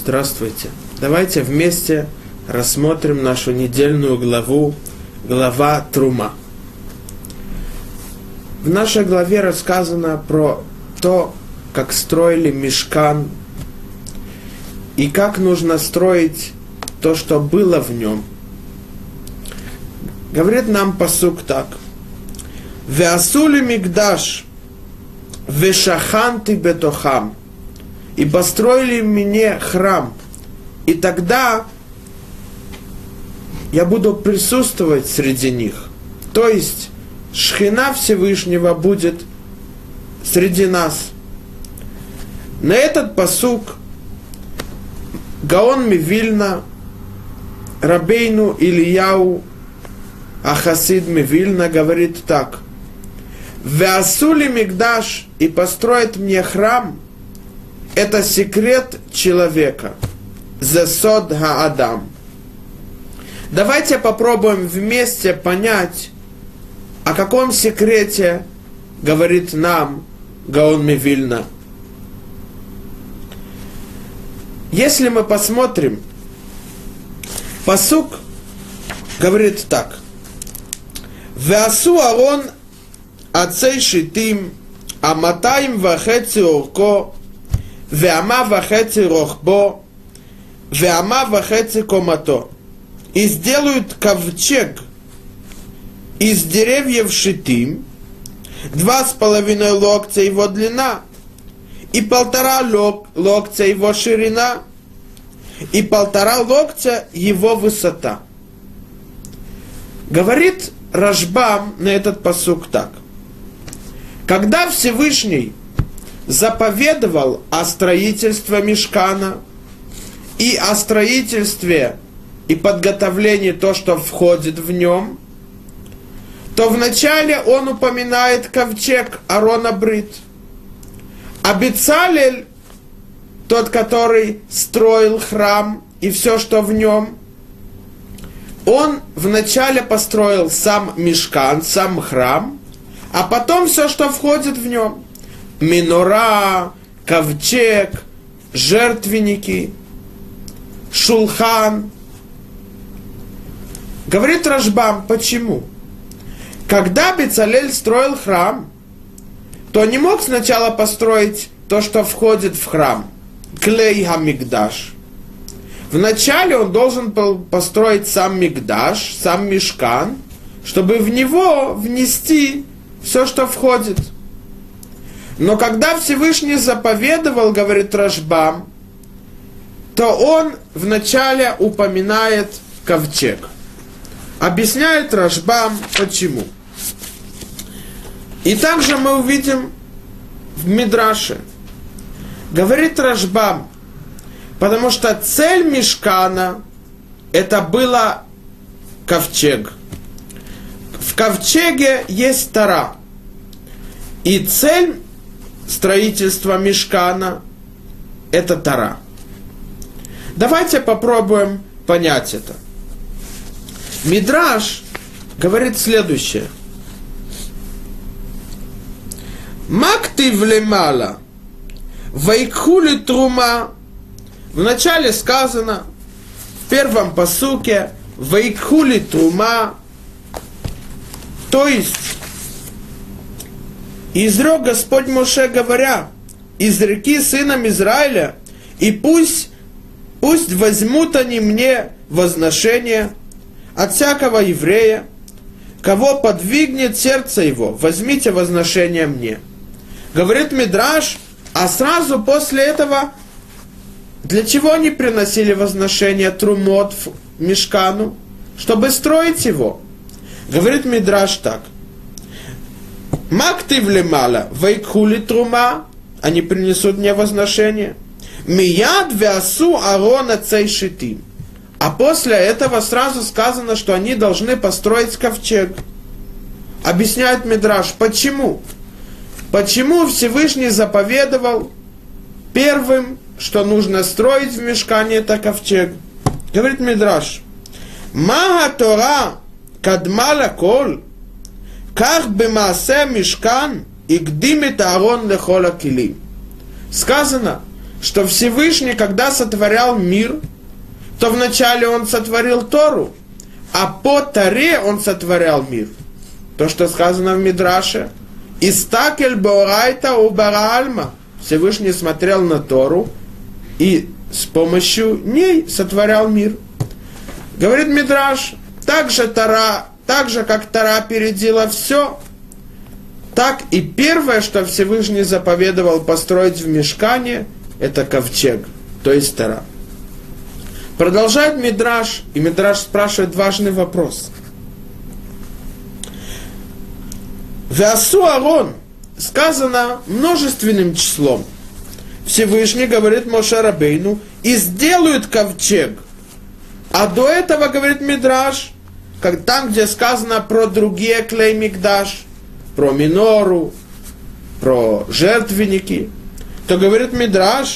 Здравствуйте. Давайте вместе рассмотрим нашу недельную главу, глава Трума. В нашей главе рассказано про то, как строили мишкан и как нужно строить то, что было в нем. Говорит нам пасук так. «Веасули мигдаш, вешаханти бетохам». И построили мне храм, и тогда я буду присутствовать среди них. То есть Шхина Всевышнего будет среди нас. На этот пасук Гаон Мивильна, Рабейну Ильяу Ахасид Мивильна говорит так. «Веасули мигдаш, и построит мне храм». Это секрет человека. Зесод ха-адам. Давайте попробуем вместе понять, о каком секрете говорит нам Гаон Мивильна. Если мы посмотрим, пасук говорит так. «Веасу арон ацей шитим, аматаим вахеци орко, веама вахеци рохбо, веама вахеци комато». И сделают ковчег из деревьев шитим, 2,5 локтя его длина, и 1,5 локтя его ширина, и 1,5 локтя его высота. Говорит Рашбам на этот пасук так. Когда Всевышний заповедовал о строительстве мишкана и о строительстве и подготовлении то, что входит в нем, то вначале он упоминает ковчег Арона Брит. А Бецалель, тот, который строил храм и все, что в нем, он вначале построил сам мишкан, сам храм, а потом все, что входит в нем. Минора, ковчег, жертвенники, шулхан. Говорит Рашбам, почему? Когда Бецалель строил храм, то не мог сначала построить то, что входит в храм, клей хамикдаш. Вначале он должен был построить сам микдаш, сам мишкан, чтобы в него внести все, что входит. Но когда Всевышний заповедовал, говорит Рашбам, то он вначале упоминает ковчег. Объясняет Рашбам, почему. И также мы увидим в Мидраше. Говорит Рашбам, потому что цель мишкана это было ковчег. В ковчеге есть Тора. И цель строительства мишкана это Тора. Давайте попробуем понять это. Мидраш говорит следующее. Мактив лемала, вайкхули трума. Вначале сказано, в первом пасуке, вайкхули трума, то есть, изрек Господь Моше, говоря, изреки сынам Израиля, и пусть возьмут они мне возношение от всякого еврея, кого подвигнет сердце его, возьмите возношение мне. Говорит Мидраш, а сразу после этого, для чего они приносили возношение трумот в мишкану? Чтобы строить его. Говорит Мидраш так. Мактив лемала, вайкхули трума, они принесут мне возношение. Мияд веасу арона цей шитим. А после этого сразу сказано, что они должны построить ковчег. Объясняет Мидраш, почему? Почему Всевышний заповедовал первым, что нужно строить в мишкане, это ковчег? Говорит Мидраш, Мага Тора кадмала кол, как бемаасе мишкан, игдимит Аарон лехола килим. Сказано, что Всевышний, когда сотворял мир, то вначале он сотворил Тору, а по Торе он сотворял мир. То, что сказано в Мидраше. «Истакель боорайта убара альма». Всевышний смотрел на Тору и с помощью ней сотворял мир. Говорит Мидраш, так же, как Тора опередила все, так и первое, что Всевышний заповедовал построить в Мишкане, это ковчег, то есть Тора. Продолжает Мидраш, и Мидраш спрашивает важный вопрос. «Веасу Арон» сказано множественным числом. Всевышний говорит Моше Рабейну, и сделают ковчег. А до этого, говорит Мидраш, там, где сказано про другие клей микдаш, про минору, про жертвенники, то говорит Мидраш,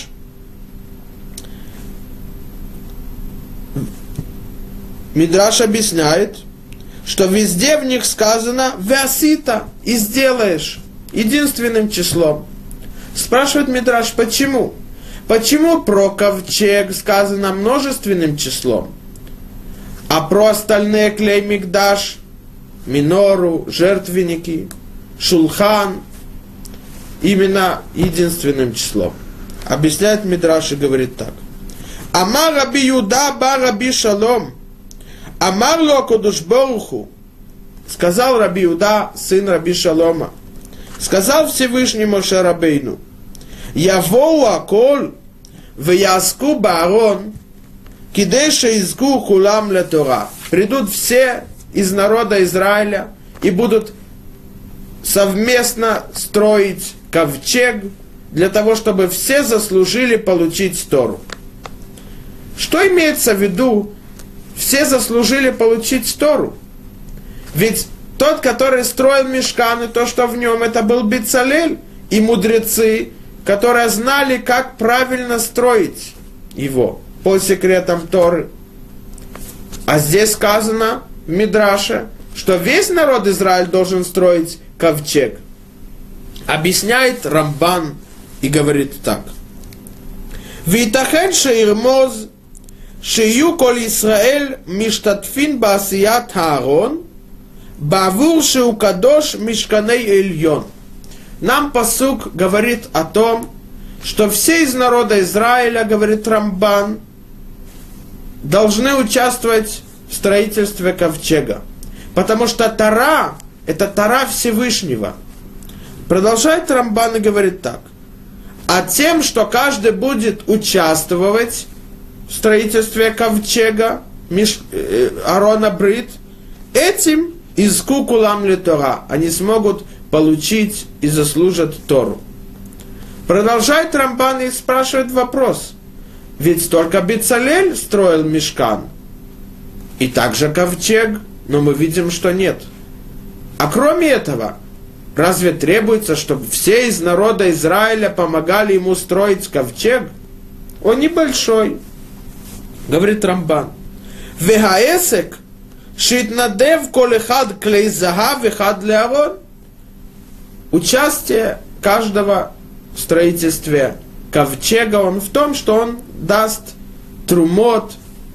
Мидраш объясняет, что везде в них сказано «веасита» и сделаешь единственным числом. Спрашивает Мидраш, почему? Почему про ковчег сказано множественным числом, а про остальные клей микдаш, минору, жертвенники, шулхан именно единственным числом? Объясняет Мидраш и говорит так. Амар Раби Юда ба Раби Шалом, Амар ло Кодуш Боруху, сказал Раби Юда, сын Раби Шалома, сказал Всевышний Моше Рабейну, Явоу акол вяску баарон, кидей шеизку кулам ле Тора. Придут все из народа Израиля и будут совместно строить ковчег для того, чтобы все заслужили получить Тору. Что имеется в виду? Все заслужили получить Тору. Ведь тот, который строил Мишкан, и то, что в нем, это был Бецалель и мудрецы, которые знали, как правильно строить его по секретам Торы. А здесь сказано в Мидраше, что весь народ Израиль должен строить ковчег. Объясняет Рамбан и говорит так. «Витахен шеирмоз שיהיו כל ישראל משתתפין בעשיית הארון, בעבור שהוא קדוש משכני עליון». Нам пасук говорит о том, что все из народа Израиля, говорит Рамбан, должны участвовать в строительстве ковчега. Потому что Тора – это Тора Всевышнего. Продолжает Рамбан и говорит так. А тем, что каждый будет участвовать в строительстве ковчега Арона Брит, этим изку кулам ле Тора. Они смогут получить и заслужат Тору. Продолжает Рамбан и спрашивает вопрос. Ведь только Бецалель строил Мишкан. И также ковчег, но мы видим, что нет. А кроме этого, разве требуется, чтобы все из народа Израиля помогали ему строить ковчег? Он небольшой. Говорит Рамбан. Вегаэсек шитнадев колехад клей загав вехад леарон. Участие каждого в строительстве ковчега он в том, что он даст трумот,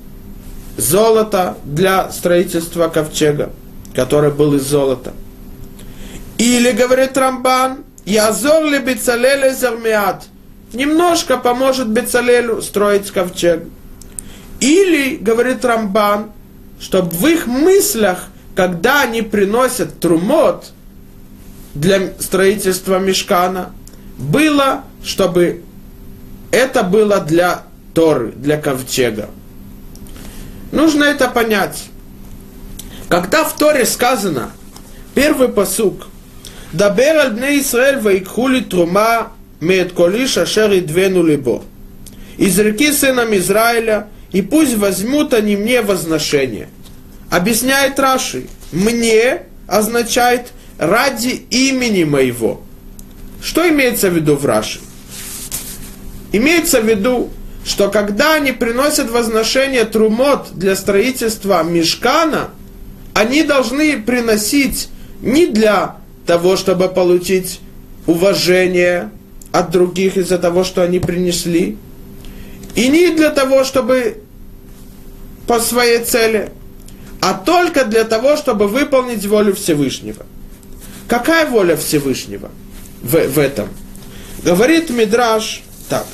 золото для строительства ковчега, который был из золота. Или, говорит Рамбан, Язор ли Бецалеле зармиат, немножко поможет Бецалелю строить ковчег. Или, говорит Рамбан, чтобы в их мыслях, когда они приносят трумот для строительства Мишкана, было, чтобы это было для Торы, для ковчега. Нужно это понять. Когда в Торе сказано, первый пасук, «Дабер аль бней Исраэль ваикхули трума меет колиш ашер идвену либо». «Изреки сынам Израиля, и пусть возьмут они мне возношение». Объясняет Раши, «мне» означает «ради имени моего». Что имеется в виду в Раши? Имеется в виду, что когда они приносят возношение трумот для строительства Мишкана, они должны приносить не для того, чтобы получить уважение от других из-за того, что они принесли, И не для того, чтобы по своей цели, а только для того, чтобы выполнить волю Всевышнего. Какая воля Всевышнего в этом? Говорит Мидраш так.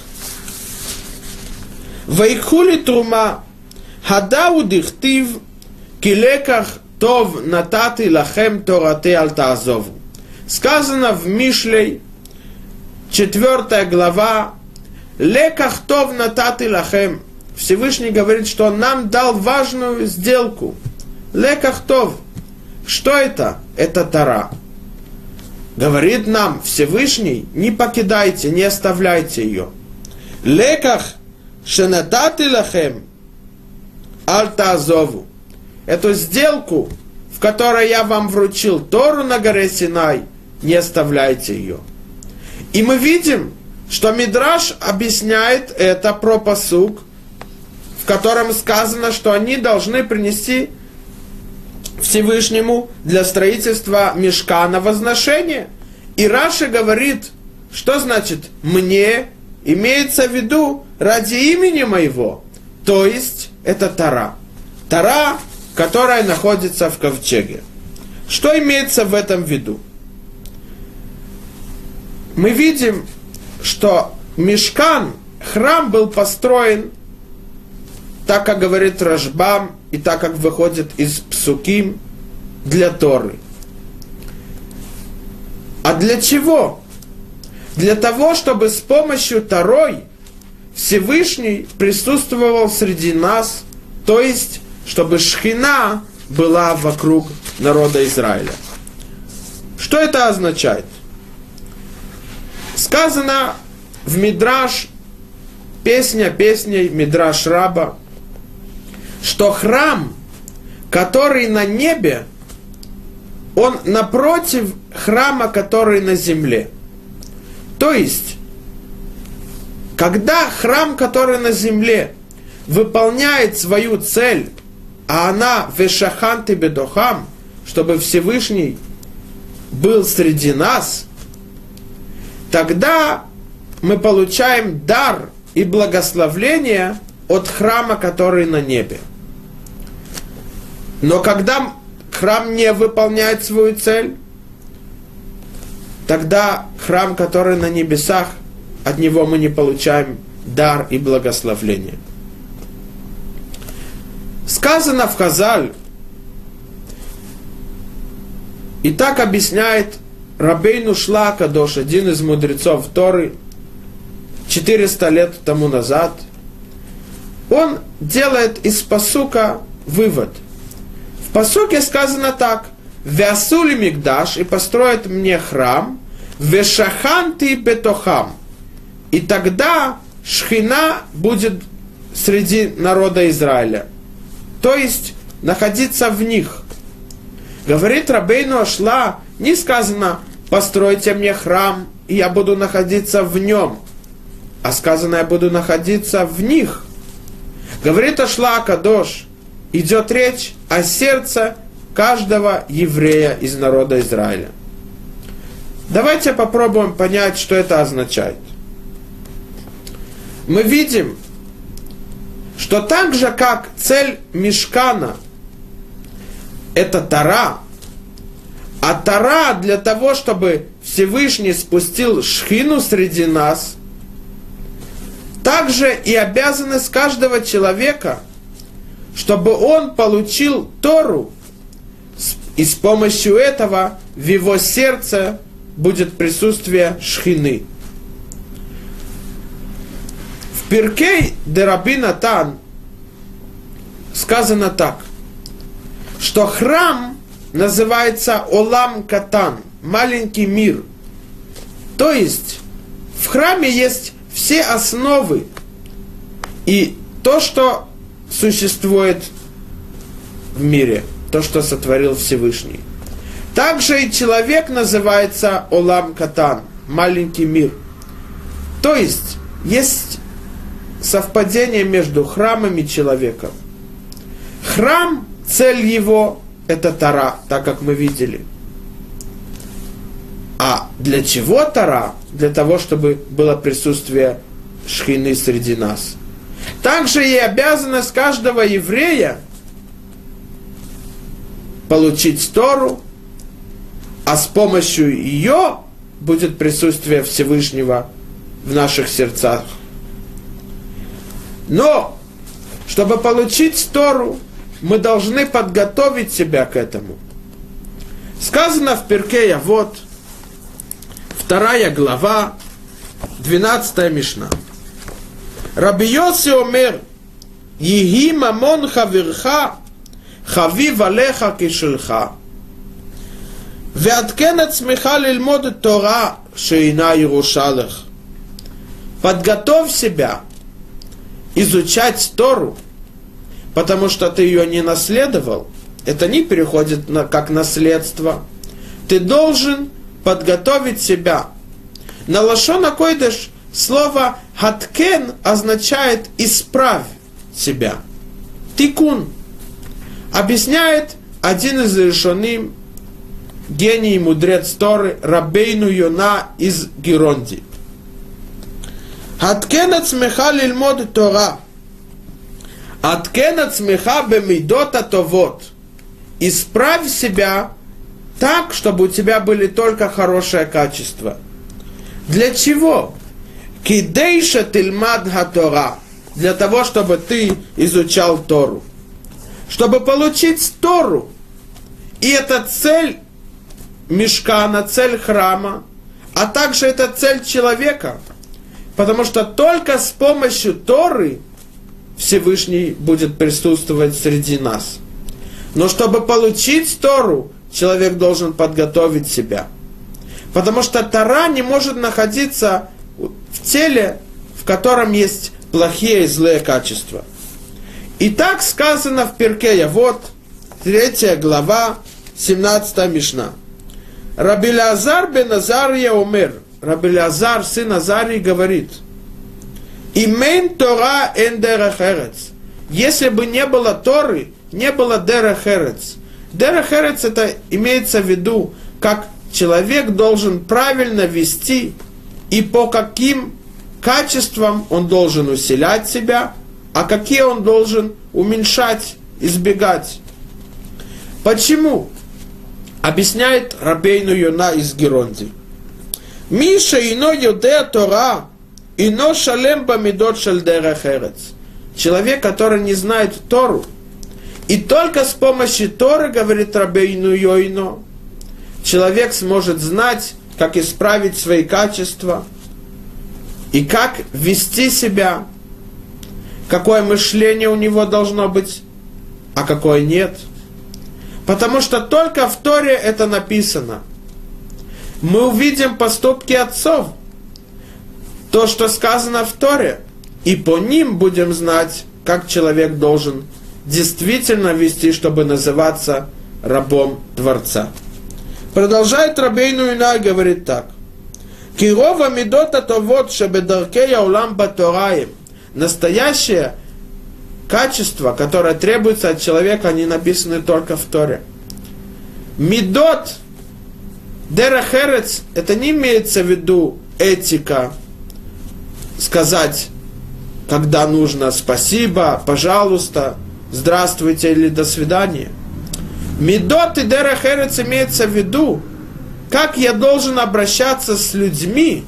Вайхули трума хадау дихтив килеках тов натати лахем торате аль таазову. Сказано в Мишлей, 4 глава, леках тов натати лахем. Всевышний говорит, что он нам дал важную сделку. Леках тов. Что это? Это Тора. Говорит нам Всевышний, не покидайте, не оставляйте ее. Леках шенатати лахем аль таазову. Эту сделку, в которой я вам вручил Тору на горе Синай, не оставляйте ее. И мы видим, что Мидраш объясняет это про пасук, в котором сказано, что они должны принести Всевышнему для строительства мишкана возношение. И Раши говорит, что значит «мне», имеется в виду ради имени моего, то есть это Тора. Тора, которая находится в ковчеге. Что имеется в этом в виду? Мы видим, что мишкан, храм был построен, так как говорит Рашбам, и так как выходит из Псуким, для Торы. А для чего? Для того, чтобы с помощью Торой Всевышний присутствовал среди нас, то есть, чтобы Шхина была вокруг народа Израиля. Что это означает? Сказано в Мидраш, песня песней Мидраш Раба, что храм, который на небе, он напротив храма, который на земле. То есть, когда храм, который на земле, выполняет свою цель, а она вешаханты бедохам, чтобы Всевышний был среди нас, тогда мы получаем дар и благословление от храма, который на небе. Но когда храм не выполняет свою цель, тогда храм, который на небесах, от него мы не получаем дар и благословление. Сказано в Хазаль, и так объясняет Рабейну Шлаа Кадош, один из мудрецов Торы, 400 лет тому назад, он делает из пасука вывод. В пасуке сказано так: «Вясули мигдаш» и построят мне храм, «Вешаханти бетохам» и тогда Шхина будет среди народа Израиля, то есть находиться в них. Говорит Рабейну Шлаа, не сказано «постройте мне храм, и я буду находиться в нем», а сказано «я буду находиться в них». Говорит Шлаа Кадош, идет речь о сердце каждого еврея из народа Израиля. Давайте попробуем понять, что это означает. Мы видим, что так же, как цель мишкана – это Тора, а Тора для того, чтобы Всевышний спустил шхину среди нас, также и обязанность каждого человека, чтобы он получил Тору, и с помощью этого в его сердце будет присутствие шхины. В Пиркей де Раби Натан сказано так, что храм называется Олам Катан, маленький мир. То есть в храме есть все основы и то, что существует в мире, то, что сотворил Всевышний. Также и человек называется Олам Катан, маленький мир. То есть совпадение между храмом и человеком. Храм, цель его – это Тора, так как мы видели. А для чего Тора? Для того, чтобы было присутствие шхины среди нас. Также и обязанность каждого еврея получить Тору, а с помощью ее будет присутствие Всевышнего в наших сердцах. Но, чтобы получить Тору, мы должны подготовить себя к этому. Сказано в Перкей Авот, 2 глава, 12 Мишна. Раби Йоси омер, Еги мамон хаверха, חביב עליך כשלך, ועדכן עצמך ללמוד את תורה שאינה ירושה לך. Подготовь себя изучать Тору, потому что ты ее не наследовал, это не переходит как наследство. Ты должен подготовить себя. На лашон акойдеш слово «хаткен» означает «исправь себя». Тикун. Объясняет один из решоним, гений и мудрец Торы, Рабейну Йона из Геронди. Аткен ацмеха лильмод Тора. Аткен ацмеха бемидот атовот. Исправь себя так, чтобы у тебя были только хорошие качества. Для чего? Кидейша тильмад хатора. Для того, чтобы ты изучал Тору. Чтобы получить Тору. И это цель мишкана, цель храма, а также это цель человека. Потому что только с помощью Торы Всевышний будет присутствовать среди нас. Но чтобы получить Тору, человек должен подготовить себя. Потому что Тора не может находиться в теле, в котором есть плохие и злые качества. И так сказано в Перкей Авот, 3 глава, 17 Мишна. Раби Лазар бен Азария омер, Раби Лазар, сын Азарии, говорит, «Имен Тора эн дерех эрец». Если бы не было Торы, не было дерех эрец. Дерех эрец, это имеется в виду, как человек должен правильно вести и по каким качествам он должен усилять себя, а какие он должен уменьшать, избегать. Почему? Объясняет Рабейну Йона из Геронди. Миша ино йодеа Тора, ино шалем бамидот шель дерех эрец. Человек, который не знает Тору, и только с помощью Торы, говорит Рабейну Йойно, человек сможет знать, как исправить свои качества и как вести себя, какое мышление у него должно быть, а какое нет. Потому что только в Торе это написано. Мы увидим поступки отцов, то, что сказано в Торе, и по ним будем знать, как человек должен действительно вести, чтобы называться рабом Творца. Продолжает Рабейну Йона и говорит так. «Кирова мидота товот шебедаркея улам батораем». Настоящее качество, которое требуется от человека, они написаны только в Торе. Мидот, дерех эрец, это не имеется в виду этика, сказать, когда нужно спасибо, пожалуйста, здравствуйте или до свидания. Мидот и дерех эрец имеется в виду, как я должен обращаться с людьми,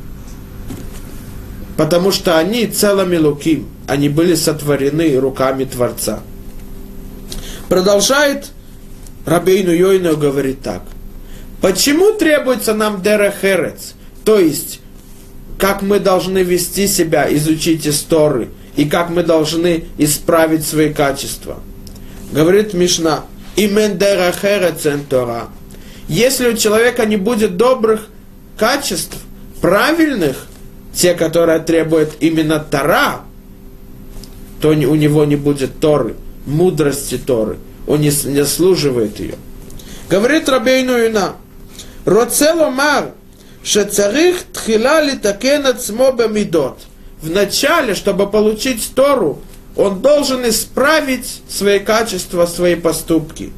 потому что они целыми луким, они были сотворены руками Творца. Продолжает Рабейну Йойно, говорит так. Почему требуется нам дерех эрец? То есть, как мы должны вести себя, изучить историю, и как мы должны исправить свои качества. Говорит Мишна, имен дерех эрец эн Тора. Если у человека не будет добрых качеств, правильных, те, которые требуют именно Тора, то у него не будет Торы, мудрости Торы. Он не заслуживает ее. Говорит Рабейну Йона, «Роце ломар, шецарих тхила литакен ацмо бамидот». Вначале, чтобы получить Тору, он должен исправить свои качества, свои поступки.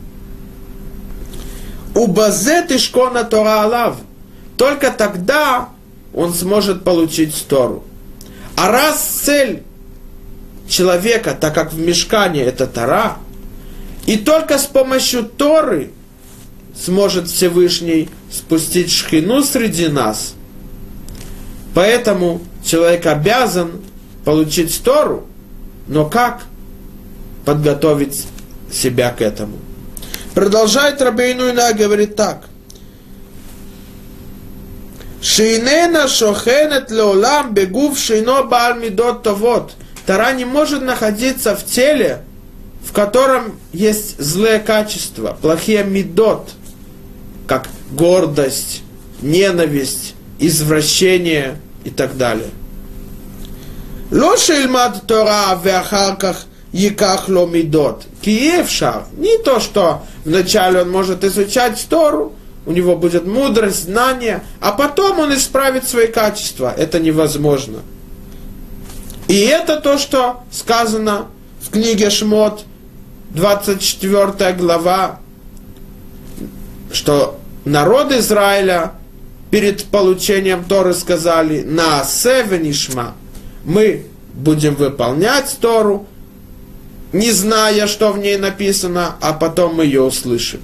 «Убазе тишкона Тора алав». Только тогда он сможет получить Тору. А раз цель человека, так как в мишкане это Тора, и только с помощью Торы сможет Всевышний спустить шхину среди нас. Поэтому человек обязан получить Тору, но как подготовить себя к этому? Продолжает Рабейну Йона, говорит так. Шейнена шохенет леолам бегув шейно бааль мидот тавот. Тора не может находиться в теле, в котором есть злые качества, плохие мидот, как гордость, ненависть, извращение и так далее. Ло шейлмад Тора веахарках яках ло мидот. Киевшар. Не то, что вначале он может изучать Тору, у него будет мудрость, знание, а потом он исправит свои качества. Это невозможно. И это то, что сказано в книге Шмот, 24 глава, что народ Израиля перед получением Торы сказали: «Наасе венишма», мы будем выполнять Тору, не зная, что в ней написано, а потом мы ее услышим.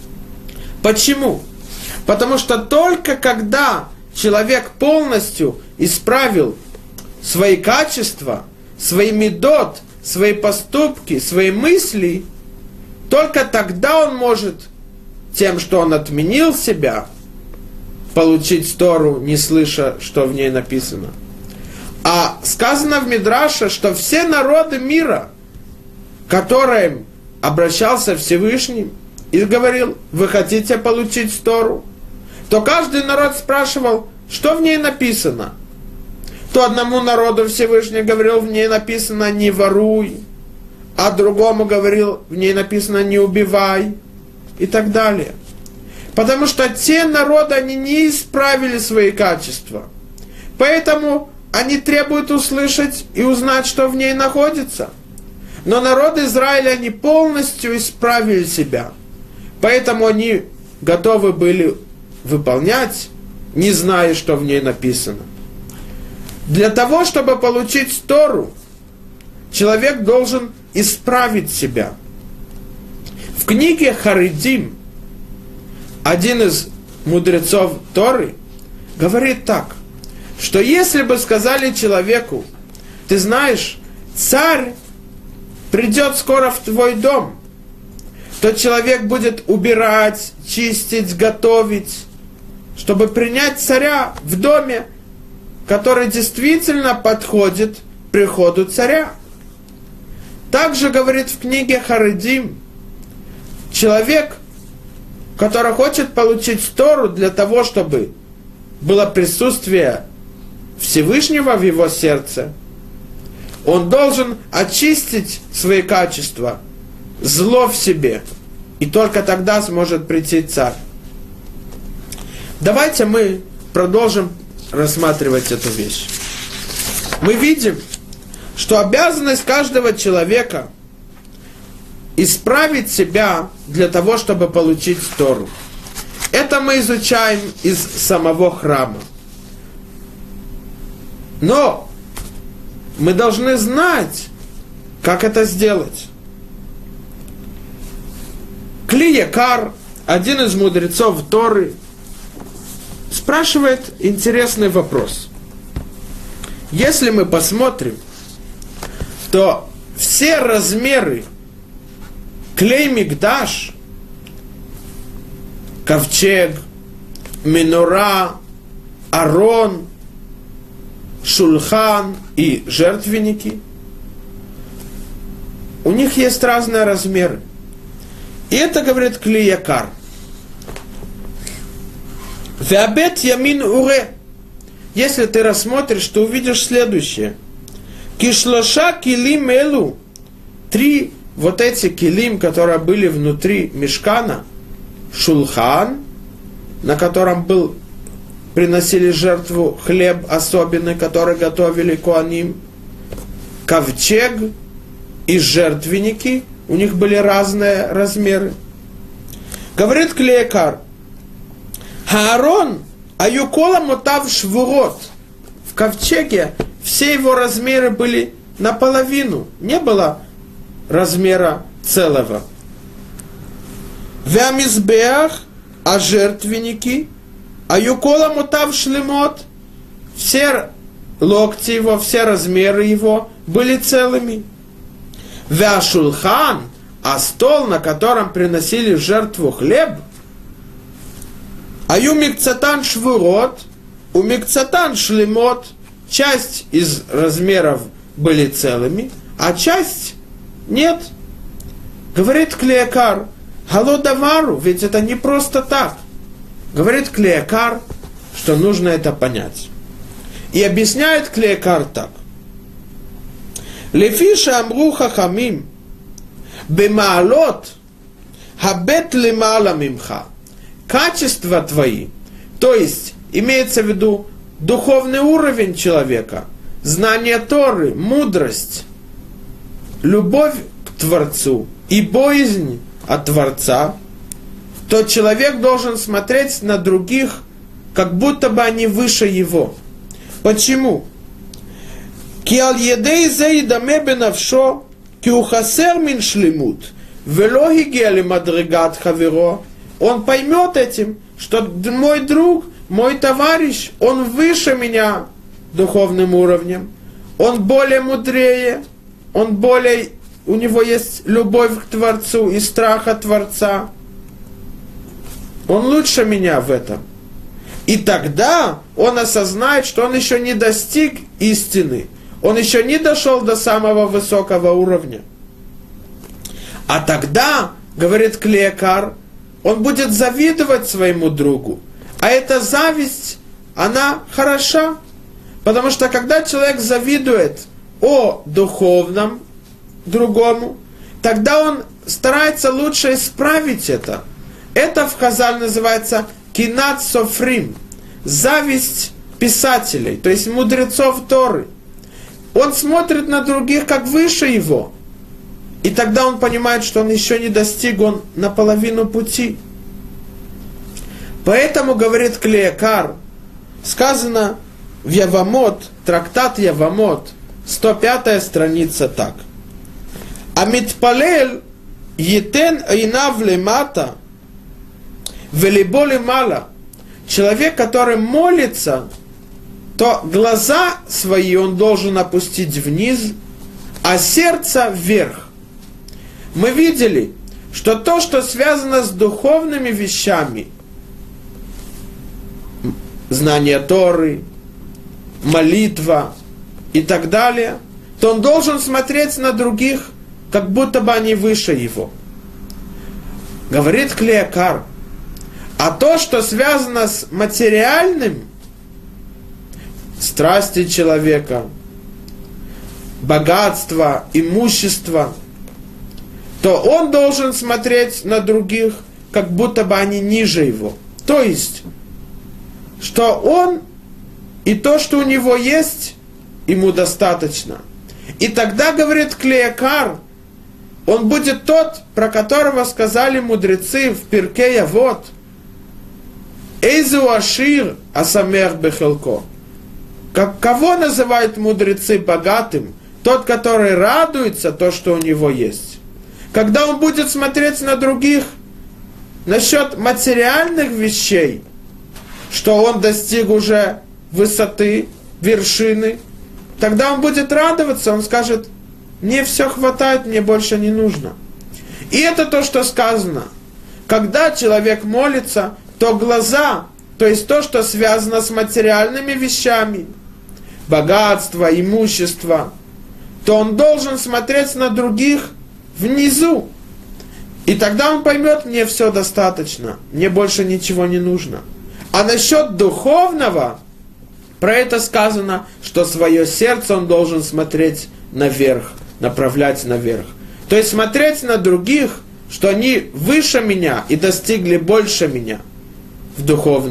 Почему? Потому что только когда человек полностью исправил свои качества, свои мидот, свои поступки, свои мысли, только тогда он может тем, что он отменил себя, получить Тору, не слыша, что в ней написано. А сказано в Мидраше, что все народы мира, к которым обращался Всевышний и говорил: вы хотите получить Тору, то каждый народ спрашивал, что в ней написано. То одному народу Всевышний говорил: в ней написано «не воруй», а другому говорил: в ней написано «не убивай», и так далее. Потому что те народы, они не исправили свои качества. Поэтому они требуют услышать и узнать, что в ней находится. Но народ Израиля, они полностью исправили себя. Поэтому они готовы были выполнять, не зная, что в ней написано. Для того, чтобы получить Тору, человек должен исправить себя. В книге Харидим один из мудрецов Торы говорит так, что если бы сказали человеку: ты знаешь, царь придет скоро в твой дом, то человек будет убирать, чистить, готовить, чтобы принять царя в доме, который действительно подходит приходу царя. Также говорит в книге Харидим, человек, который хочет получить Тору для того, чтобы было присутствие Всевышнего в его сердце, он должен очистить свои качества, зло в себе, и только тогда сможет прийти царь. Давайте мы продолжим рассматривать эту вещь. Мы видим, что обязанность каждого человека исправить себя для того, чтобы получить Тору. Это мы изучаем из самого храма. Но мы должны знать, как это сделать. Кли Якар, один из мудрецов Торы, спрашивает интересный вопрос. Если мы посмотрим, то все размеры клей микдаш, ковчег, минора, арон, шульхан и жертвенники, у них есть разные размеры. И это говорит Кли Якар. Веабет ямин уре. Если ты рассмотришь, то увидишь следующее. Кишлоша килим элу. 3 вот эти килим, которые были внутри мишкана. Шулхан, на котором приносили жертву хлеб особенный, который готовили коаним. Ковчег и жертвенники. У них были разные размеры. Говорит Кли Якар. Аарон, аюкола мотав швурот. В ковчеге все его размеры были наполовину, не было размера целого. Вямизбеах, а жертвенники, а юкола мутав шлемот, все локти его, все размеры его были целыми. Вяшулхан, а стол, на котором приносили в жертву хлеб, аю микцатан швурот, у микцатан шлемот, часть из размеров были целыми, а часть нет. Говорит Клеякар, Галодавару, ведь это не просто так. Говорит Клеякар, что нужно это понять. И объясняет Клеякар так. Лефиша амру хахамим, бемаалот, хабет лемала мимха. Качества твои, то есть имеется в виду духовный уровень человека, знание Торы, мудрость, любовь к Творцу и боязнь от Творца, то человек должен смотреть на других, как будто бы они выше его. Почему? Ки ал едей зе идаме бенавшо, ки ухасер мин шлемут, вело гигия лемадригат хаверо. Он поймет этим, что мой друг, мой товарищ, он выше меня духовным уровнем, он более мудрее, он более, у него есть любовь к Творцу и страх от Творца. Он лучше меня в этом. И тогда он осознает, что он еще не достиг истины, он еще не дошел до самого высокого уровня. А тогда, говорит Клеякар, он будет завидовать своему другу. А эта зависть, она хороша. Потому что когда человек завидует о духовном другому, тогда он старается лучше исправить это. Это в Хазаль называется кинат софрим, зависть писателей, то есть мудрецов Торы. Он смотрит на других как выше его. И тогда он понимает, что он еще не достиг, он наполовину пути. Поэтому, говорит Клеякар, сказано в Явамот, трактат Явамот, 105 страница так. Амитпалель етен эйнав лемата велибо лемала. Человек, который молится, то глаза свои он должен опустить вниз, а сердце вверх. Мы видели, что то, что связано с духовными вещами, знание Торы, молитва и так далее, то он должен смотреть на других, как будто бы они выше его. Говорит Клеякар, а то, что связано с материальным, страсти человека, богатство, имущество, то он должен смотреть на других, как будто бы они ниже его. То есть, что он и то, что у него есть, ему достаточно. И тогда, говорит Клеякар, он будет тот, про которого сказали мудрецы в Пиркей Авот, «Эйзу ашир асамех бехелко». Кого называют мудрецы богатым? Тот, который радуется то, что у него есть. Когда он будет смотреть на других насчет материальных вещей, что он достиг уже высоты, вершины, тогда он будет радоваться, он скажет, мне все хватает, мне больше не нужно. И это то, что сказано. Когда человек молится, то глаза, то есть то, что связано с материальными вещами, богатство, имущество, то он должен смотреть на других внизу. И тогда он поймет, мне все достаточно, мне больше ничего не нужно. А насчет духовного, про это сказано, что свое сердце он должен смотреть наверх, направлять наверх. То есть смотреть на других, что они выше меня и достигли больше меня в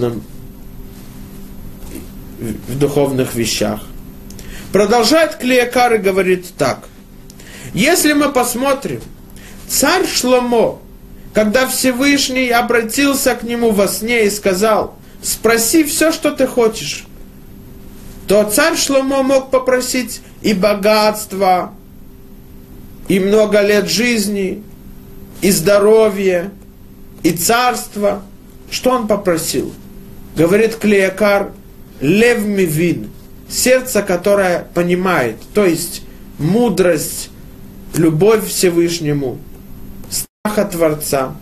духовных вещах. Продолжает Клеякар и говорит так. Если мы посмотрим, царь Шломо, когда Всевышний обратился к нему во сне и сказал, спроси все, что ты хочешь, то царь Шломо мог попросить и богатства, и много лет жизни, и здоровья, и царства. Что он попросил? Говорит Клеякар, лев мивин, сердце, которое понимает, то есть мудрость, любовь к Всевышнему, страх от Творца.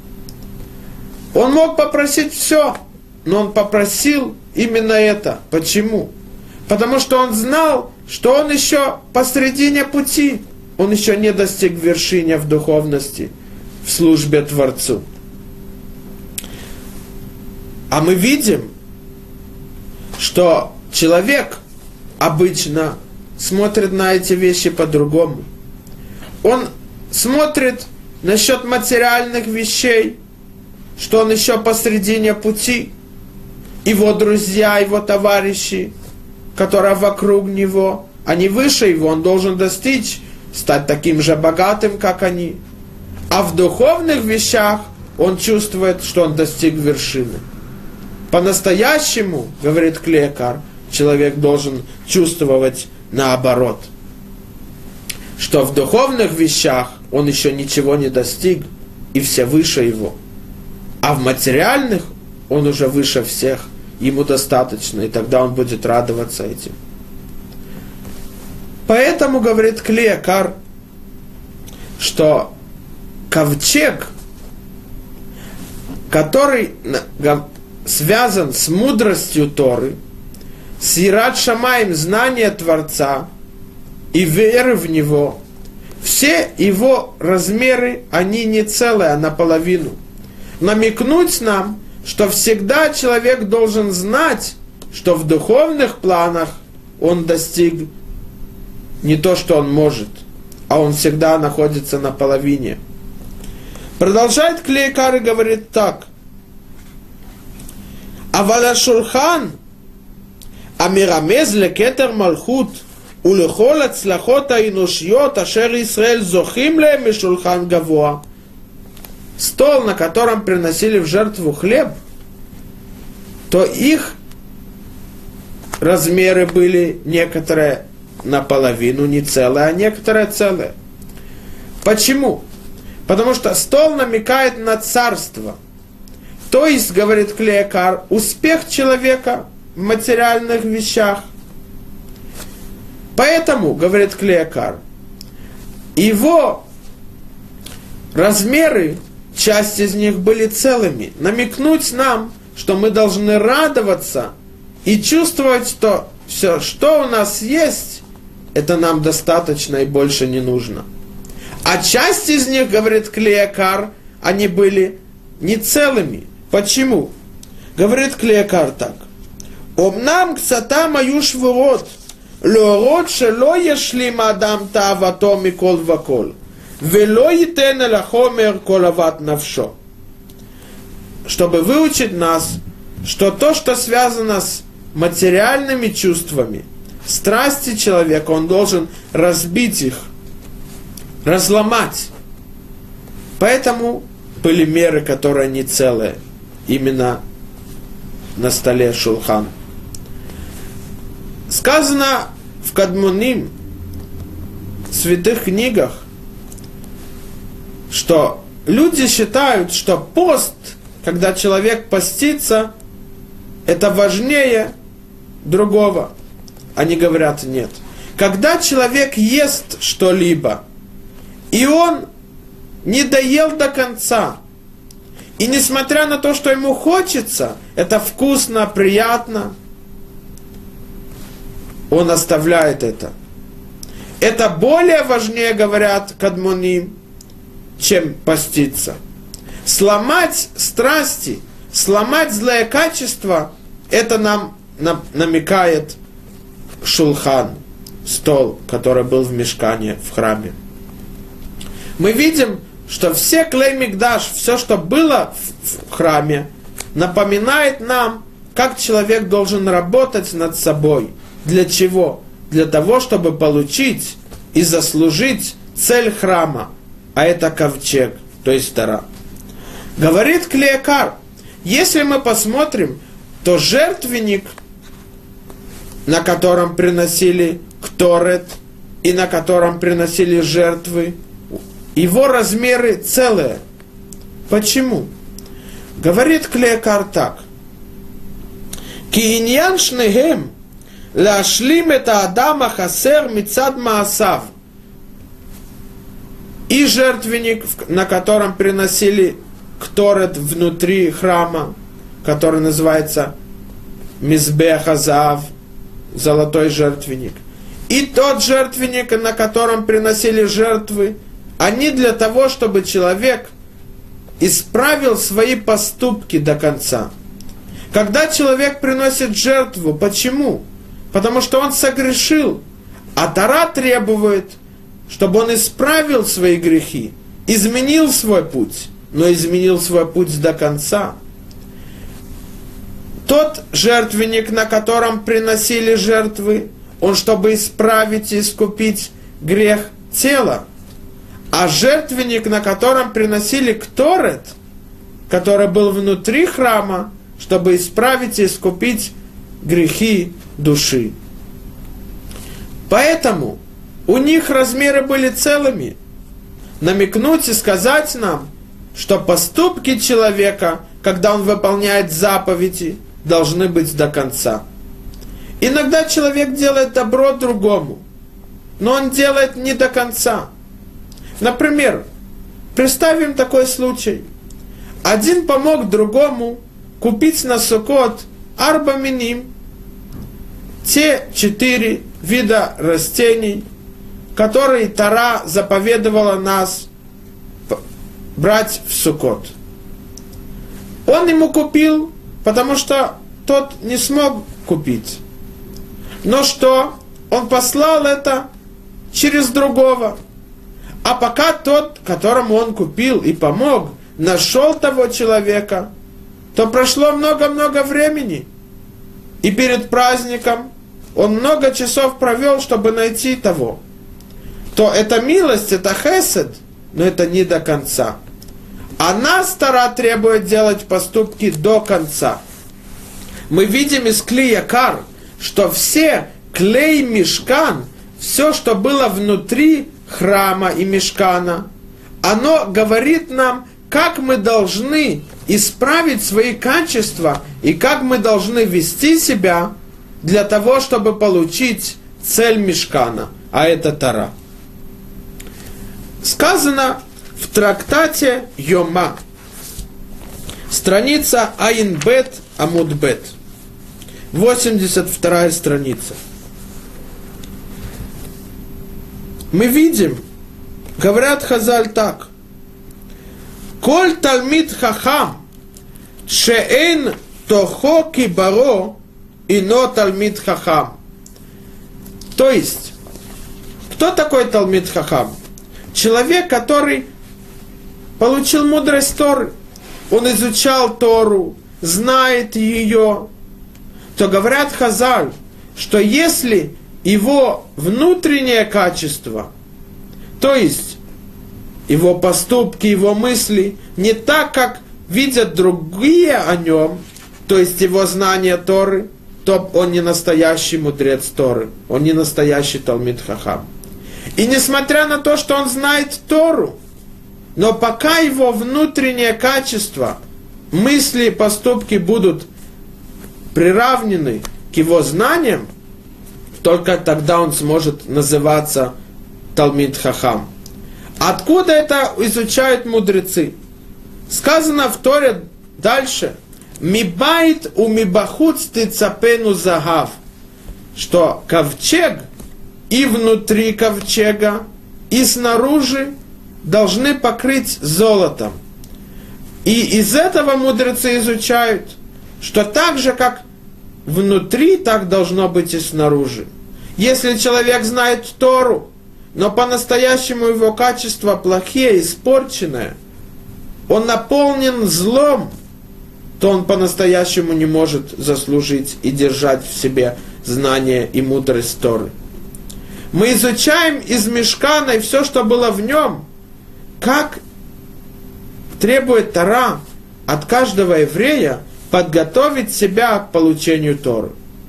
Он мог попросить все, но он попросил именно это. Почему? Потому что он знал, что он еще посредине пути, он еще не достиг вершины в духовности, в службе Творцу. А мы видим, что человек обычно смотрит на эти вещи по-другому. Он смотрит насчет материальных вещей, что он еще посредине пути. Его друзья, его товарищи, которые вокруг него, они выше его, он должен достичь, стать таким же богатым, как они. А в духовных вещах он чувствует, что он достиг вершины. По-настоящему, говорит Клеякар, человек должен чувствовать наоборот, что в духовных вещах он еще ничего не достиг, и все выше его. А в материальных он уже выше всех, ему достаточно, и тогда он будет радоваться этим. Поэтому, говорит Клеякар, что ковчег, который связан с мудростью Торы, с Ират Шамаим, знание Творца и веры в Него, все его размеры, они не целые, а наполовину. Намекнуть нам, что всегда человек должен знать, что в духовных планах он достиг не то, что он может, а он всегда находится на половине. Продолжает Клеякар и говорит так. אבל השולחן המרמז לכתר מלכות ולכל הצלחות האנושיות אשר ישראל זוכים להם משולחן גבוה. Стол, на котором приносили в жертву хлеб, то их размеры были некоторые наполовину не целые, а некоторые целые. Почему? Потому что стол намекает на царство. То есть, говорит Клеякар, успех человека в материальных вещах. Поэтому, говорит Клеякар, его размеры, часть из них были целыми. Намекнуть нам, что мы должны радоваться и чувствовать, что все, что у нас есть, это нам достаточно и больше не нужно. А часть из них, говорит Клеякар, они были не целыми. Почему? Говорит Клеякар так. Омнам ксатам аю швурот, леорот шело ешлим адам таавато микол вакол, вело йитен эль хомер кол ават навшо. Чтобы выучить нас, что то, что связано с материальными чувствами, страсти человека, он должен разбить их, разломать. Поэтому были меры, которые не целые. Именно на столе шулхан. Сказано в Кадмоним, в святых книгах, что люди считают, что пост, когда человек постится, это важнее другого. Они говорят нет. Когда человек ест что-либо, и он не доел до конца, и несмотря на то, что ему хочется, это вкусно, приятно, он оставляет это. Это более важнее, говорят кадмоним, чем поститься. Сломать страсти, сломать злое качество, это нам намекает шулхан, стол, который был в мишкане, в храме. Мы видим, что все клей микдаш, все, что было в храме, напоминает нам, как человек должен работать над собой. Для чего? Для того, чтобы получить и заслужить цель храма, а это ковчег, то есть Тора. Говорит Клеякар, если мы посмотрим, то жертвенник на котором приносили кторет и на котором приносили жертвы, его размеры целые. Почему? Говорит Клеякар так. Ки иньян шнегем лашлим это Адама хасер мицад маасав. И жертвенник, на котором приносили кторет внутри храма, который называется Мизбех Азав, золотой жертвенник. И тот жертвенник, на котором приносили жертвы, они для того, чтобы человек исправил свои поступки до конца. Когда человек приносит жертву, почему? Потому что он согрешил, а Тора требует, чтобы он исправил свои грехи, изменил свой путь, но изменил свой путь до конца. Тот жертвенник, на котором приносили жертвы, он чтобы исправить и искупить грех тела. А жертвенник, на котором приносили кторет, который был внутри храма, чтобы исправить и искупить грехи души. Поэтому у них размеры были целыми. Намекнуть и сказать нам, что поступки человека, когда он выполняет заповеди, должны быть до конца. Иногда человек делает добро другому, но он делает не до конца. Например, представим такой случай. Один помог другому купить на Суккот арба миним, те 4 вида растений, которые Тора заповедовала нас брать в Суккот. Он ему купил, потому что тот не смог купить. Но что? Он послал это через другого. А пока тот, которому он купил и помог, нашел того человека, то прошло много-много времени. И перед праздником он много часов провел, чтобы найти того. То это милость, это хесед, но это не до конца. А нас Тора требует делать поступки до конца. Мы видим из Клеякар, что все клей мишкан, все, что было внутри храма и мишкана, оно говорит нам, как мы должны исправить свои качества и как мы должны вести себя для того, чтобы получить цель мишкана, а это Тора. Сказано в трактате Йома, страница Айн-бет Амуд-бет, 82 страница. Мы видим, говорят Хазаль так: «Коль талмид хахам, шеэн тохо кибаро, ино талмид хахам». То есть, кто такой талмид хахам? Человек, который получил мудрость Торы, он изучал Тору, знает ее, то говорят Хазаль, что если его внутреннее качество, то есть его поступки, его мысли, не так, как видят другие о нем, то есть его знание Торы, то он не настоящий мудрец Торы, он не настоящий талмид хахам. И несмотря на то, что он знает Тору, но пока его внутреннее качество, мысли и поступки будут приравнены к его знаниям, только тогда он сможет называться талмид хахам. Откуда это изучают мудрецы? Сказано в Торе дальше: «Мибайт у мибахуц тицапену загав», что ковчег и внутри ковчега, и снаружи должны покрыть золотом. И из этого мудрецы изучают, что так же, как внутри, так должно быть и снаружи. Если человек знает Тору, но по-настоящему его качества плохие, испорченные, он наполнен злом, то он по-настоящему не может заслужить и держать в себе знание и мудрость Торы. Мы изучаем из мишкана и все, что было в нем, как требует Тора от каждого еврея подготовить себя к получению Торы.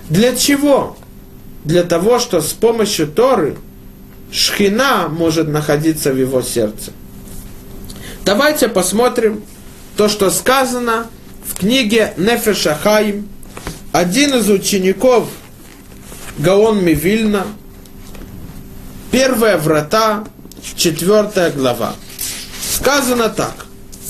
Для чего? Для того, что с помощью Торы Шхина может находиться в его сердце. Давайте посмотрим то, что сказано в книге Нефеш ха-Хаим. Один из учеников Гаон Мивильна, 1 врата, 4 глава. Сказано так.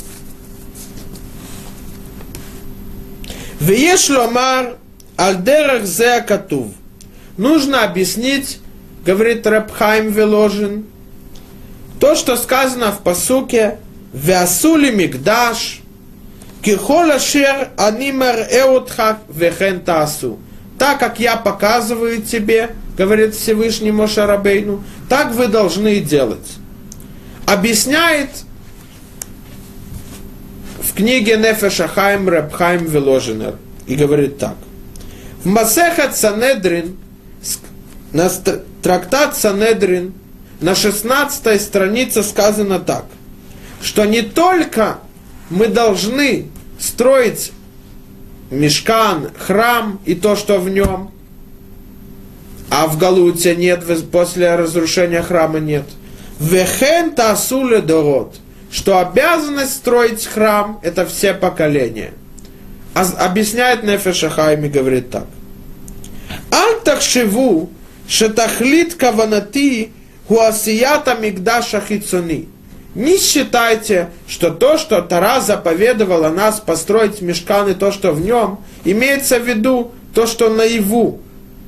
Вееш ломар аль дерех зе катув. Нужно объяснить, говорит Реб Хаим Воложин, то, что сказано в пасуке «Веасули мигдаш, кихол ашер ани марэотха вехен таасу». Так как я показываю тебе, говорит Всевышний Моше Рабейну, так вы должны делать. Объясняет в книге Нефеш ха-Хаим Реб Хаим Воложин и говорит так. В Масехет Санедрин, на трактат Санедрин, на 16 странице сказано так, что не только мы должны строить мишкан, храм и то, что в нем, а в Галуте нет, после разрушения храма нет. Вехен таасу ледорот, что обязанность строить храм – это все поколения. Объясняет Нефеш ха-Хаим и говорит так. Аль тахшеву шетахлит каванати хуасията мигдаша хицуни. Не считайте, что то, что Тора заповедовала нас построить мишкан и то, что в нем, имеется в виду то, что наяву.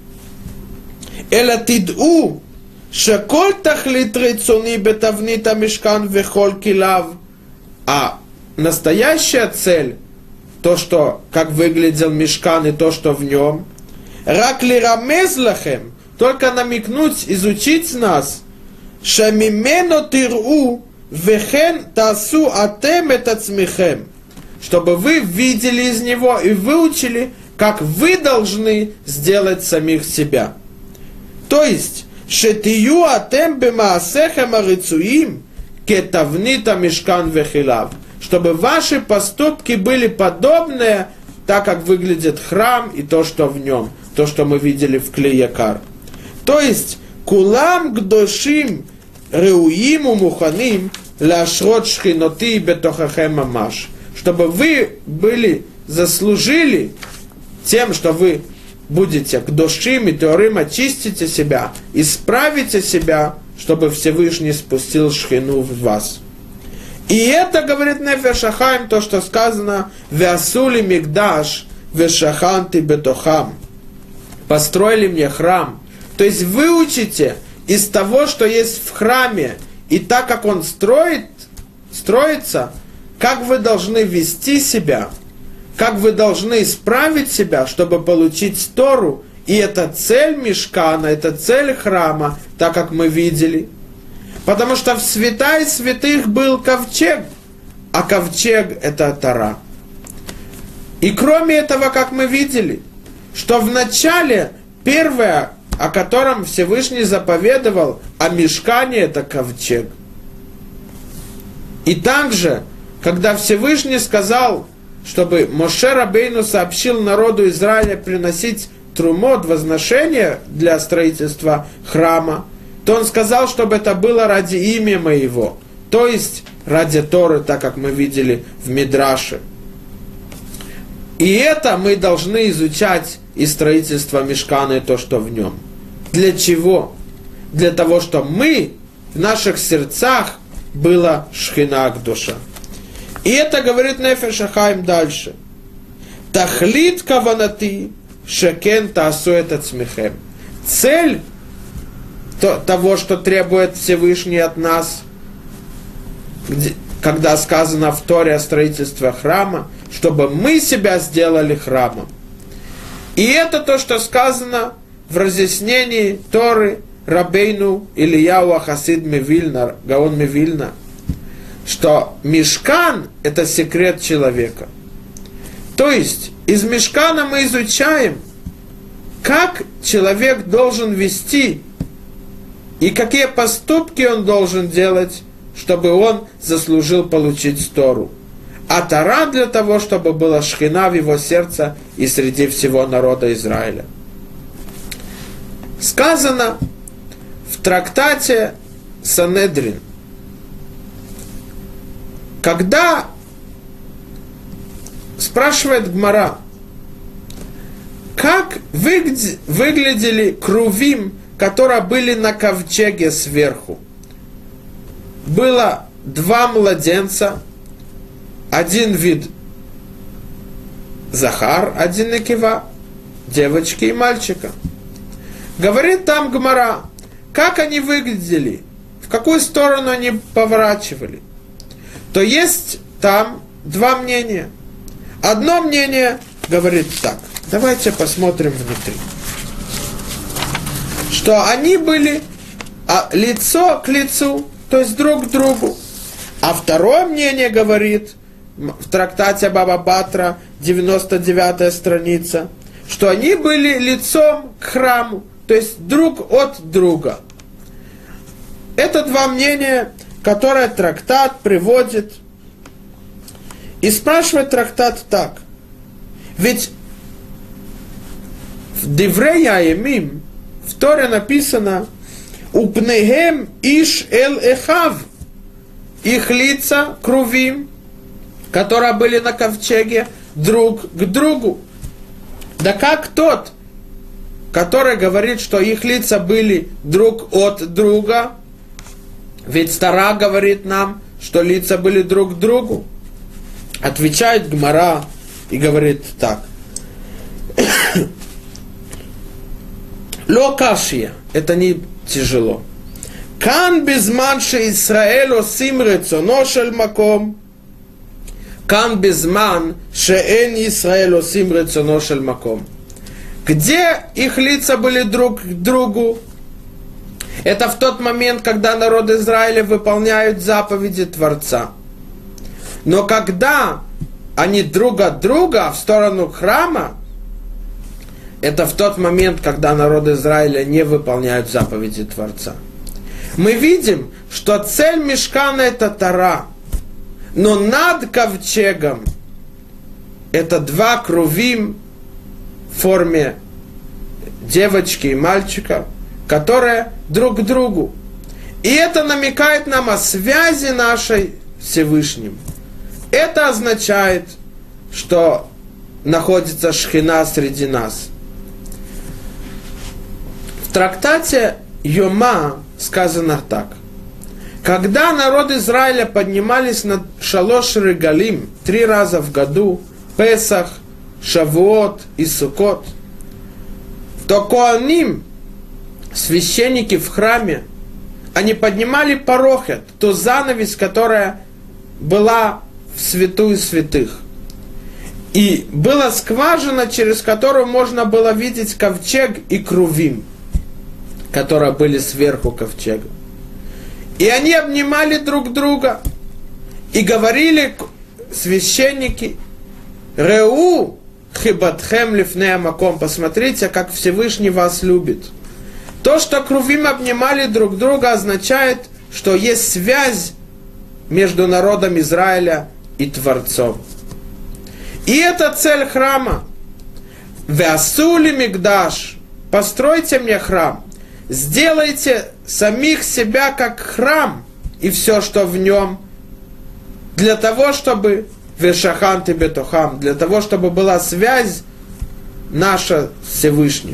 Эла тиду шеколь тахлит рицуни бетавнита мишкан вехоль килав. А настоящая цель, то, что, как выглядел мишкан и то, что в нем, рак ли рамез лахем, только намекнуть, изучить нас, шамимено тиру вехен тасу атем этацмихем, чтобы вы видели из него и выучили, как вы должны сделать самих себя. То есть, шетию атем бемаасехем арицуим кетавнита мишкан вехилав, чтобы ваши поступки были подобные, так как выглядит храм и то, что в нем, то, что мы видели в Кли Якар. То есть, кулам гдошим реуим умуханим ляшрот шхиноти бетохахем мамаш, чтобы вы заслужили тем, что вы будете гдошим и теорим, очистите себя, исправите себя, чтобы Всевышний спустил шхину в вас. И это, говорит Нефеш ха-Хаим, то, что сказано «Веасули мигдаш вешаханти бетохам». Построили мне храм. То есть выучите из того, что есть в храме, и так как он строится, как вы должны вести себя, как вы должны исправить себя, чтобы получить Тору. И это цель мишкана, это цель храма, так как мы видели. Потому что в святая святых был ковчег, а ковчег это Тора. И кроме этого, как мы видели, что в начале первое, о котором Всевышний заповедовал, о мишкане, это ковчег. И также, когда Всевышний сказал, чтобы Моше Рабейну сообщил народу Израиля приносить трумот, возношение для строительства храма, то он сказал, чтобы это было ради имя моего, то есть ради Торы, так как мы видели в Мидраше. И это мы должны изучать из строительства мишкана и то, что в нем. Для чего? Для того, чтобы мы в наших сердцах была шхина ак-душа. И это говорит Нефеш ха-Хаим дальше. Тахлит каванати шекен таасу этацмихем. Цель того, что требует Всевышний от нас, когда сказано в Торе о строительстве храма, чтобы мы себя сделали храмом. И это то, что сказано в разъяснении Торы Рабейну Ильяу Хасид Мивильна, Гаон Мивильна, что мишкан – это секрет человека. То есть, из мишкана мы изучаем, как человек должен вести и какие поступки он должен делать, чтобы он заслужил получить Тору. А Тора для того, чтобы была шхина в его сердце и среди всего народа Израиля. Сказано в трактате Санедрин, когда спрашивает Гмара, как выглядели крувим, которые были на ковчеге сверху. Было 2 младенца, один вид Захар, один Некива, девочки и мальчика. Говорит там Гмара, как они выглядели, в какую сторону они поворачивали. То есть там 2 мнения. Одно мнение говорит так. Давайте посмотрим внутри. Что они были лицо к лицу, то есть друг к другу. А второе мнение говорит в трактате Баба Батра, 99-я страница, что они были лицом к храму, то есть друг от друга. Это 2 мнения, которые трактат приводит. И спрашивает трактат так. Ведь в Деврей Аемим в Торе написано «Упнегем иш эл эхав» их лица крувим, которые были на ковчеге, друг к другу. Да как тот, который говорит, что их лица были друг от друга, ведь Тора говорит нам, что лица были друг к другу. Отвечает Гмара и говорит так. Ло кашья, это не тяжело. Кан безман ше Исраэль осим рецоно шель маком. Кан безман ше эн Исраэль осим рецоно шель маком. Где их лица были друг к другу? Это в тот момент, когда народ Израиля выполняют заповеди Творца. Но когда они друг от друга в сторону храма, это в тот момент, когда народ Израиля не выполняют заповеди Творца. Мы видим, что цель мишкана это Тора, но над ковчегом это 2 крувим в форме девочки и мальчика, которые друг к другу. И это намекает нам о связи нашей с Всевышним. Это означает, что находится Шхина среди нас. В трактате Йома сказано так. Когда народ Израиля поднимались на Шалош Регалим 3 раза в году, Песах, Шавуот и Суккот, то коаним, священники в храме, они поднимали парохет, ту занавесь, которая была в святую святых. И была скважина, через которую можно было видеть ковчег и крувим, которые были сверху ковчега. И они обнимали друг друга и говорили священники: «Реу хибатхем лифнея маком», посмотрите, как Всевышний вас любит. То, что крувим обнимали друг друга, означает, что есть связь между народом Израиля и Творцом. И это цель храма. «Веасули мигдаш», постройте мне храм, сделайте самих себя как храм и все, что в нем, для того, чтобы вешахан ты бетухам, для того, чтобы была связь наша с Всевышним.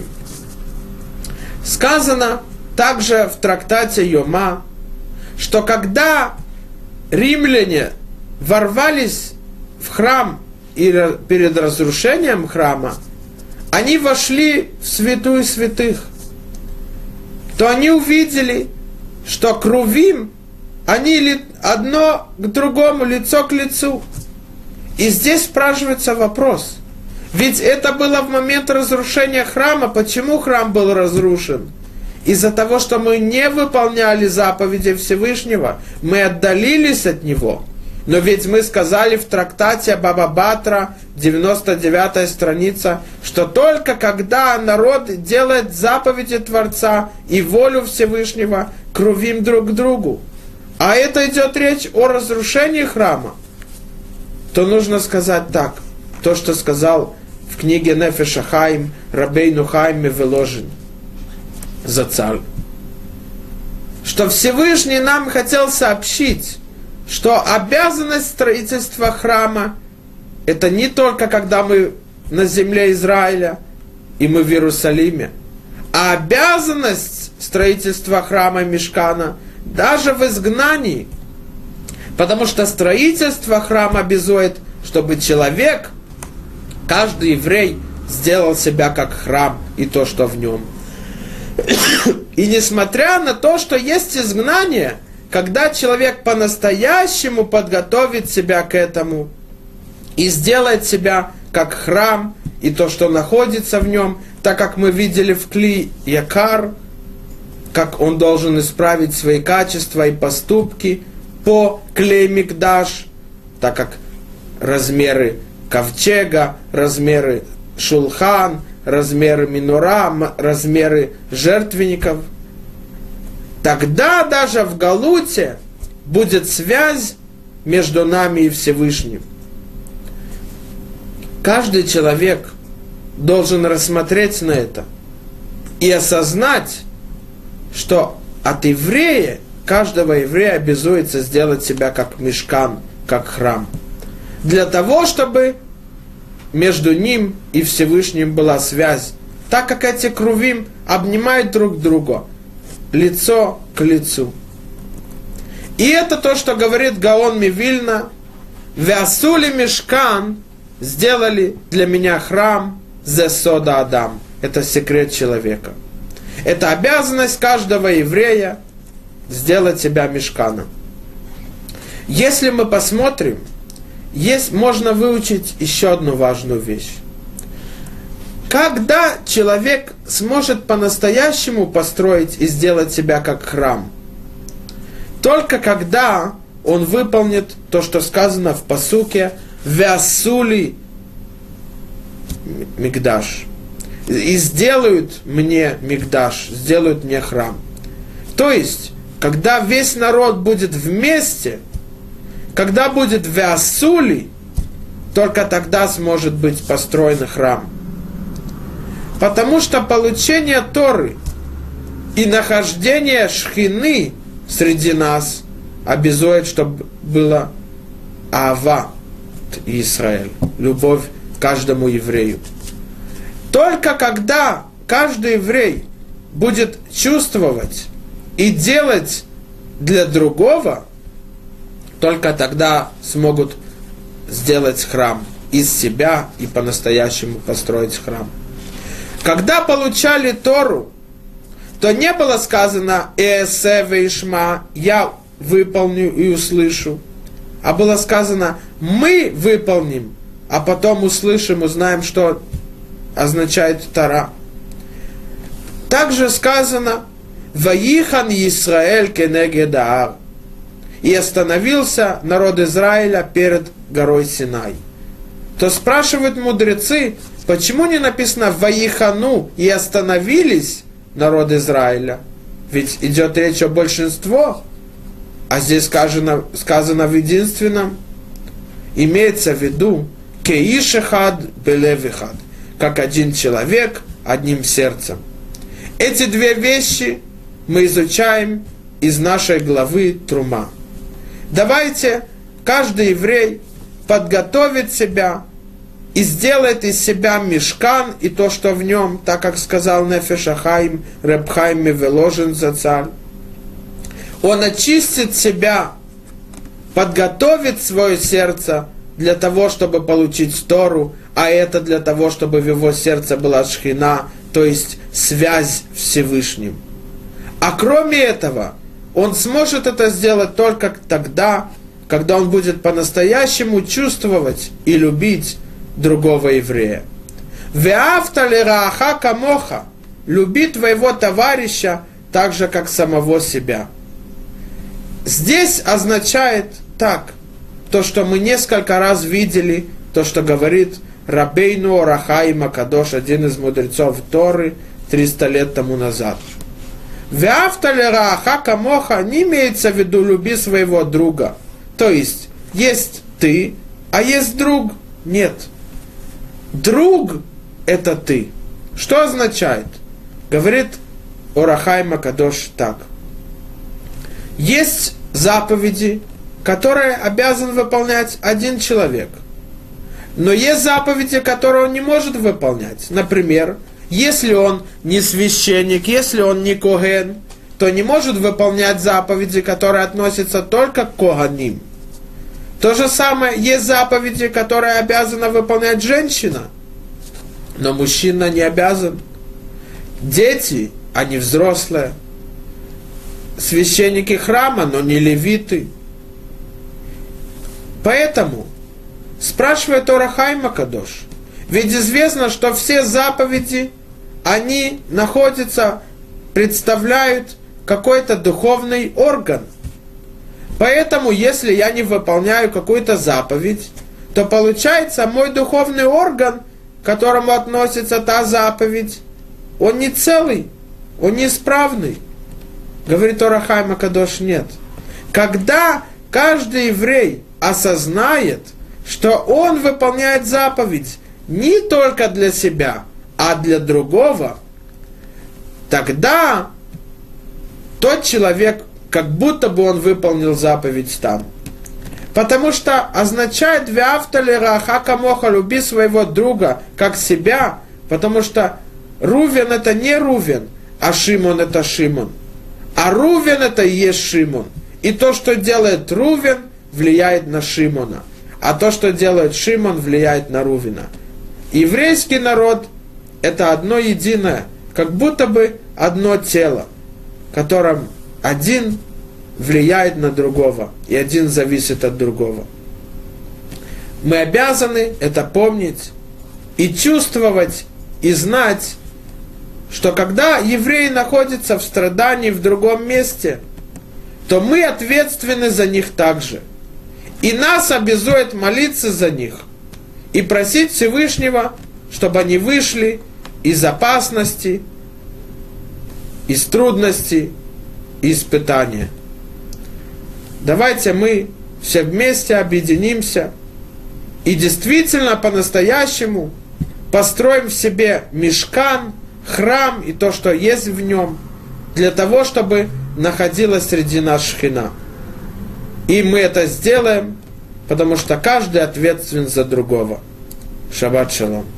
Сказано также в трактате Йома, что когда римляне ворвались в храм и перед разрушением храма, они вошли в святую святых, то они увидели, что крувим, они одно к другому, лицо к лицу. И здесь спрашивается вопрос. Ведь это было в момент разрушения храма. Почему храм был разрушен? Из-за того, что мы не выполняли заповеди Всевышнего. Мы отдалились от него. Но ведь мы сказали в трактате Баба Батра, 99-я страница, что только когда народ делает заповеди Творца и волю Всевышнего, крувим друг к другу. А это идет речь о разрушении храма. То нужно сказать так. То, что сказал в книге Нефеш Хаим Рабейну Хаим Меволожин. зацаль. Что Всевышний нам хотел сообщить, что обязанность строительства храма это не только когда мы на земле Израиля и мы в Иерусалиме, а обязанность строительства храма Мишкана даже в изгнании. Потому что строительство храма обязует, чтобы человек, каждый еврей, сделал себя как храм и то, что в нем. И несмотря на то, что есть изгнание, когда человек по-настоящему подготовит себя к этому и сделает себя как храм и то, что находится в нем, так как мы видели в Кли Якар, как он должен исправить свои качества и поступки по Клей Микдаш, так как размеры ковчега, размеры шулхан, размеры минура, размеры жертвенников. Тогда даже в Галуте будет связь между нами и Всевышним. Каждый человек должен рассмотреть на это и осознать, что от еврея, каждого еврея обязуется сделать себя как мишкан, как храм. Для того, чтобы между ним и Всевышним была связь, так как эти крувим обнимают друг друга, лицо к лицу. И это то, что говорит Гаон Мивильна: «Вясули мишкан», сделали для меня храм, зе сода Адам. Это секрет человека. Это обязанность каждого еврея сделать себя мишканом. Если мы посмотрим, можно выучить еще одну важную вещь. Когда человек сможет по-настоящему построить и сделать себя как храм? Только когда он выполнит то, что сказано в пасуке «Вясули мигдаш». И сделают мне мигдаш, сделают мне храм. То есть, когда весь народ будет вместе, когда будет вясули, только тогда сможет быть построен храм. Потому что получение Торы и нахождение шхины среди нас обязует, чтобы было ава Израиль, любовь к каждому еврею. Только когда каждый еврей будет чувствовать и делать для другого, только тогда смогут сделать храм из себя и по-настоящему построить храм. Когда получали Тору, то не было сказано «Эсе вейшма», «Я выполню и услышу», а было сказано «Мы выполним», а потом услышим, узнаем, что означает Тора. Также сказано «Ваихан Йисраэль кенегед аар», и остановился народ Израиля перед горой Синай. То спрашивают мудрецы, почему не написано «Ваихану» и остановились народ Израиля? Ведь идет речь о большинстве, а здесь сказано в единственном. Имеется в виду «Кеишехад белевихад», как один человек, одним сердцем. Эти две вещи мы изучаем из нашей главы Трума. Давайте каждый еврей подготовит себя и сделает из себя мишкан и то, что в нем, так как сказал Нефеш Ахаим, Реб Хаим Меволожен Зацаль. Он очистит себя, подготовит свое сердце для того, чтобы получить Тору, а это для того, чтобы в его сердце была шхина, то есть связь с Всевышним. А кроме этого, он сможет это сделать только тогда, когда он будет по-настоящему чувствовать и любить другого еврея. «Веавта лирааха камоха» – «люби твоего товарища так же, как самого себя». Здесь означает так, то, что мы несколько раз видели, то, что говорит Рабейну Ор Хаим ха-Кадош, один из мудрецов Торы, 300 лет тому назад. «Веавта лирааха камоха» не имеется в виду «люби своего друга». То есть ты, а есть друг. Нет. Друг – это ты. Что означает? Говорит Ор ха-Хаим ха-Кадош так. Есть заповеди, которые обязан выполнять один человек. Но есть заповеди, которые он не может выполнять. Например, если он не священник, если он не коген, то не может выполнять заповеди, которые относятся только к коганим. То же самое, есть заповеди, которые обязана выполнять женщина, но мужчина не обязан. Дети, они взрослые. Священники храма, но не левиты. Поэтому спрашивает Ор ха-Хаим ха-Кадош. Ведь известно, что все заповеди, они находятся, представляют какой-то духовный орган. Поэтому, если я не выполняю какую-то заповедь, то получается, мой духовный орган, к которому относится та заповедь, он не целый, он неисправный. Говорит Ор ха-Хаим ха-Кадош, нет. Когда каждый еврей осознает, что он выполняет заповедь не только для себя, а для другого, тогда тот человек, как будто бы он выполнил заповедь там. Потому что означает «Веавта лираха камоха» — люби своего друга как себя, потому что Рувен это не Рувен, а Шимон это Шимон. А Рувен это и есть Шимон. И то, что делает Рувен, влияет на Шимона. А то, что делает Шимон, влияет на Рувена. Еврейский народ это одно единое, как будто бы одно тело, в котором один влияет на другого, и один зависит от другого. Мы обязаны это помнить и чувствовать, и знать, что когда евреи находятся в страдании в другом месте, то мы ответственны за них также. И нас обязует молиться за них и просить Всевышнего, чтобы они вышли из опасности, из трудностей и испытания. Давайте мы все вместе объединимся и действительно по-настоящему построим в себе мишкан, храм и то, что есть в нем, для того, чтобы находилась среди нас шхина. И мы это сделаем, потому что каждый ответственен за другого. Шаббат шалом.